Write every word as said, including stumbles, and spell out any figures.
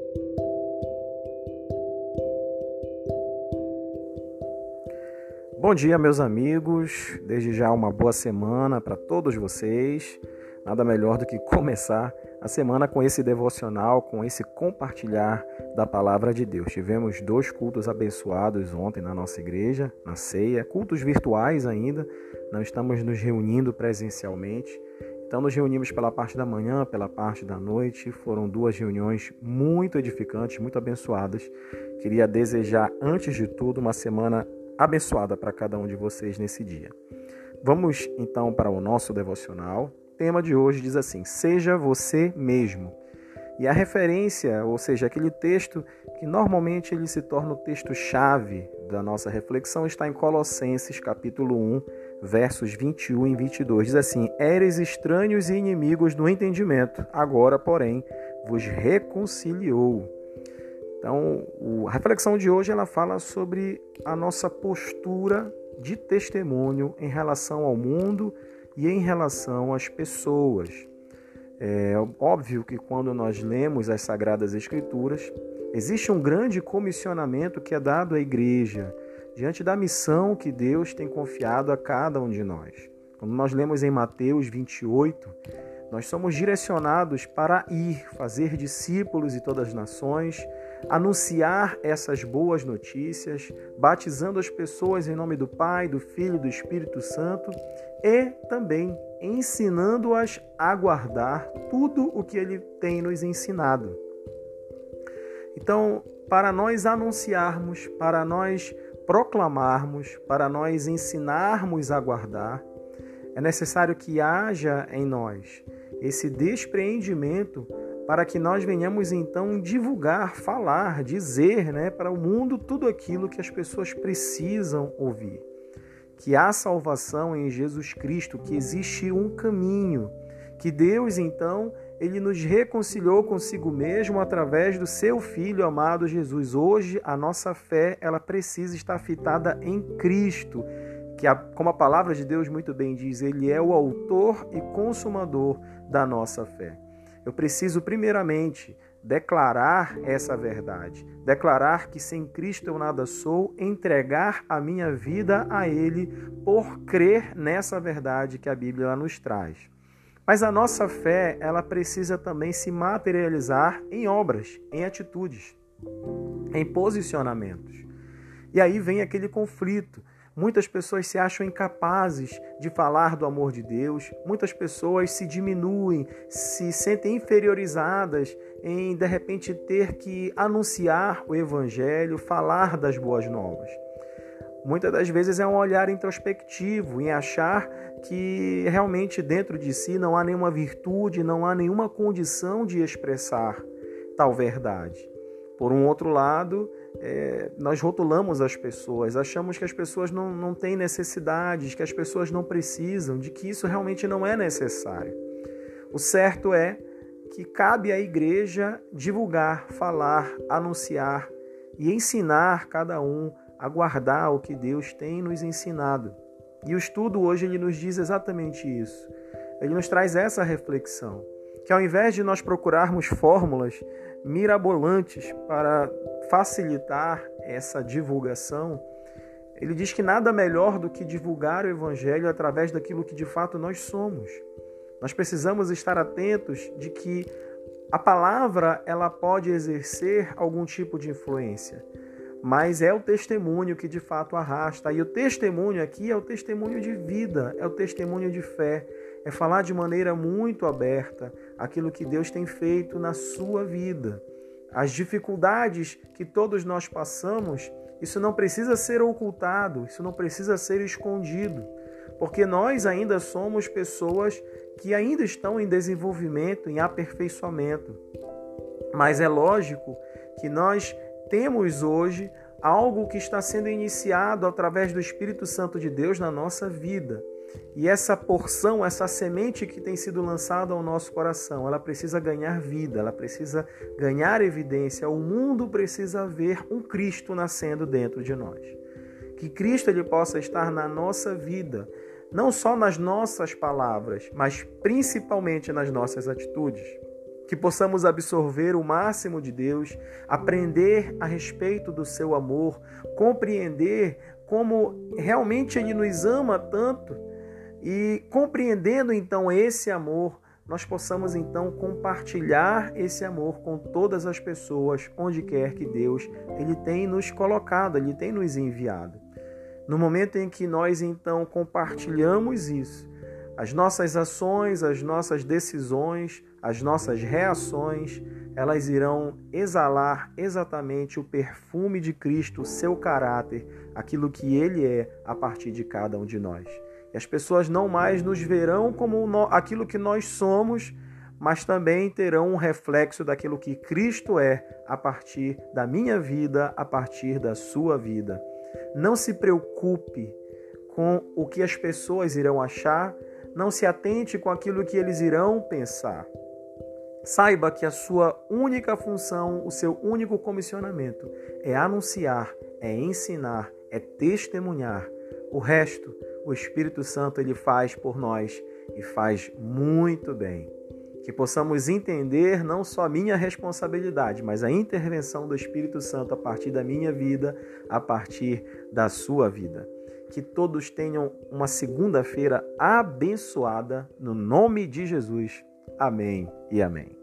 Bom dia, meus amigos. Desde já uma boa semana para todos vocês. Nada melhor do que começar a semana com esse devocional, com esse compartilhar da palavra de Deus. Tivemos dois cultos abençoados ontem na nossa igreja, na ceia, cultos virtuais ainda, não estamos nos reunindo presencialmente. Então nos reunimos pela parte da manhã, pela parte da noite. Foram duas reuniões muito edificantes, muito abençoadas. Queria desejar, antes de tudo, uma semana abençoada para cada um de vocês nesse dia. Vamos então para o nosso devocional. O tema de hoje diz assim: seja você mesmo. E a referência, ou seja, aquele texto que normalmente ele se torna o texto-chave da nossa reflexão, está em Colossenses capítulo um, versos vinte e um e vinte e dois. Diz assim: Éreis estranhos e inimigos no entendimento, agora, porém, vos reconciliou. Então, a reflexão de hoje ela fala sobre a nossa postura de testemunho em relação ao mundo e em relação às pessoas. É óbvio que quando nós lemos as Sagradas Escrituras, existe um grande comissionamento que é dado à igreja, diante da missão que Deus tem confiado a cada um de nós. Quando nós lemos em Mateus vinte e oito, nós somos direcionados para ir, fazer discípulos de todas as nações, anunciar essas boas notícias, batizando as pessoas em nome do Pai, do Filho e do Espírito Santo e também ensinando-as a guardar tudo o que Ele tem nos ensinado. Então, para nós anunciarmos, para nós proclamarmos, para nós ensinarmos a guardar, é necessário que haja em nós esse despreendimento para que nós venhamos então divulgar, falar, dizer, né, para o mundo tudo aquilo que as pessoas precisam ouvir. Que há salvação em Jesus Cristo, que existe um caminho, que Deus então ele nos reconciliou consigo mesmo através do seu Filho amado Jesus. Hoje a nossa fé ela precisa estar fitada em Cristo, que a, como a palavra de Deus muito bem diz, Ele é o autor e consumador da nossa fé. Eu preciso primeiramente declarar essa verdade, declarar que sem Cristo eu nada sou, entregar a minha vida a Ele por crer nessa verdade que a Bíblia nos traz. Mas a nossa fé, ela precisa também se materializar em obras, em atitudes, em posicionamentos. E aí vem aquele conflito. Muitas pessoas se acham incapazes de falar do amor de Deus. Muitas pessoas se diminuem, se sentem inferiorizadas em, de repente, ter que anunciar o Evangelho, falar das boas novas. Muitas das vezes é um olhar introspectivo, em achar que realmente dentro de si não há nenhuma virtude, não há nenhuma condição de expressar tal verdade. Por um outro lado, é, nós rotulamos as pessoas, achamos que as pessoas não, não têm necessidades, que as pessoas não precisam, de que isso realmente não é necessário. O certo é que cabe à igreja divulgar, falar, anunciar e ensinar cada um a guardar o que Deus tem nos ensinado. E o estudo hoje ele nos diz exatamente isso. Ele nos traz essa reflexão, que ao invés de nós procurarmos fórmulas mirabolantes para facilitar essa divulgação, ele diz que nada melhor do que divulgar o Evangelho através daquilo que de fato nós somos. Nós precisamos estar atentos de que a palavra ela pode exercer algum tipo de influência, mas é o testemunho que de fato arrasta. E o testemunho aqui é o testemunho de vida, é o testemunho de fé, é falar de maneira muito aberta aquilo que Deus tem feito na sua vida. As dificuldades que todos nós passamos, isso não precisa ser ocultado, isso não precisa ser escondido, porque nós ainda somos pessoas que ainda estão em desenvolvimento, em aperfeiçoamento. Mas é lógico que nós temos hoje algo que está sendo iniciado através do Espírito Santo de Deus na nossa vida. E essa porção, essa semente que tem sido lançada ao nosso coração, ela precisa ganhar vida, ela precisa ganhar evidência. O mundo precisa ver um Cristo nascendo dentro de nós. Que Cristo ele possa estar na nossa vida, não só nas nossas palavras, mas principalmente nas nossas atitudes. que possamos absorver o máximo de Deus, aprender a respeito do seu amor, compreender como realmente Ele nos ama tanto e compreendendo então esse amor, nós possamos então compartilhar esse amor com todas as pessoas, onde quer que Deus Ele tem nos colocado, Ele tem nos enviado. No momento em que nós então compartilhamos isso, as nossas ações, as nossas decisões, as nossas reações, elas irão exalar exatamente o perfume de Cristo, o seu caráter, aquilo que Ele é a partir de cada um de nós. E as pessoas não mais nos verão como aquilo que nós somos, mas também terão um reflexo daquilo que Cristo é a partir da minha vida, a partir da sua vida. Não se preocupe com o que as pessoas irão achar, não se atente com aquilo que eles irão pensar. Saiba que a sua única função, o seu único comissionamento é anunciar, é ensinar, é testemunhar. O resto, o Espírito Santo ele faz por nós e faz muito bem. Que possamos entender não só a minha responsabilidade, mas a intervenção do Espírito Santo a partir da minha vida, a partir da sua vida. Que todos tenham uma segunda-feira abençoada no nome de Jesus. Amém e amém.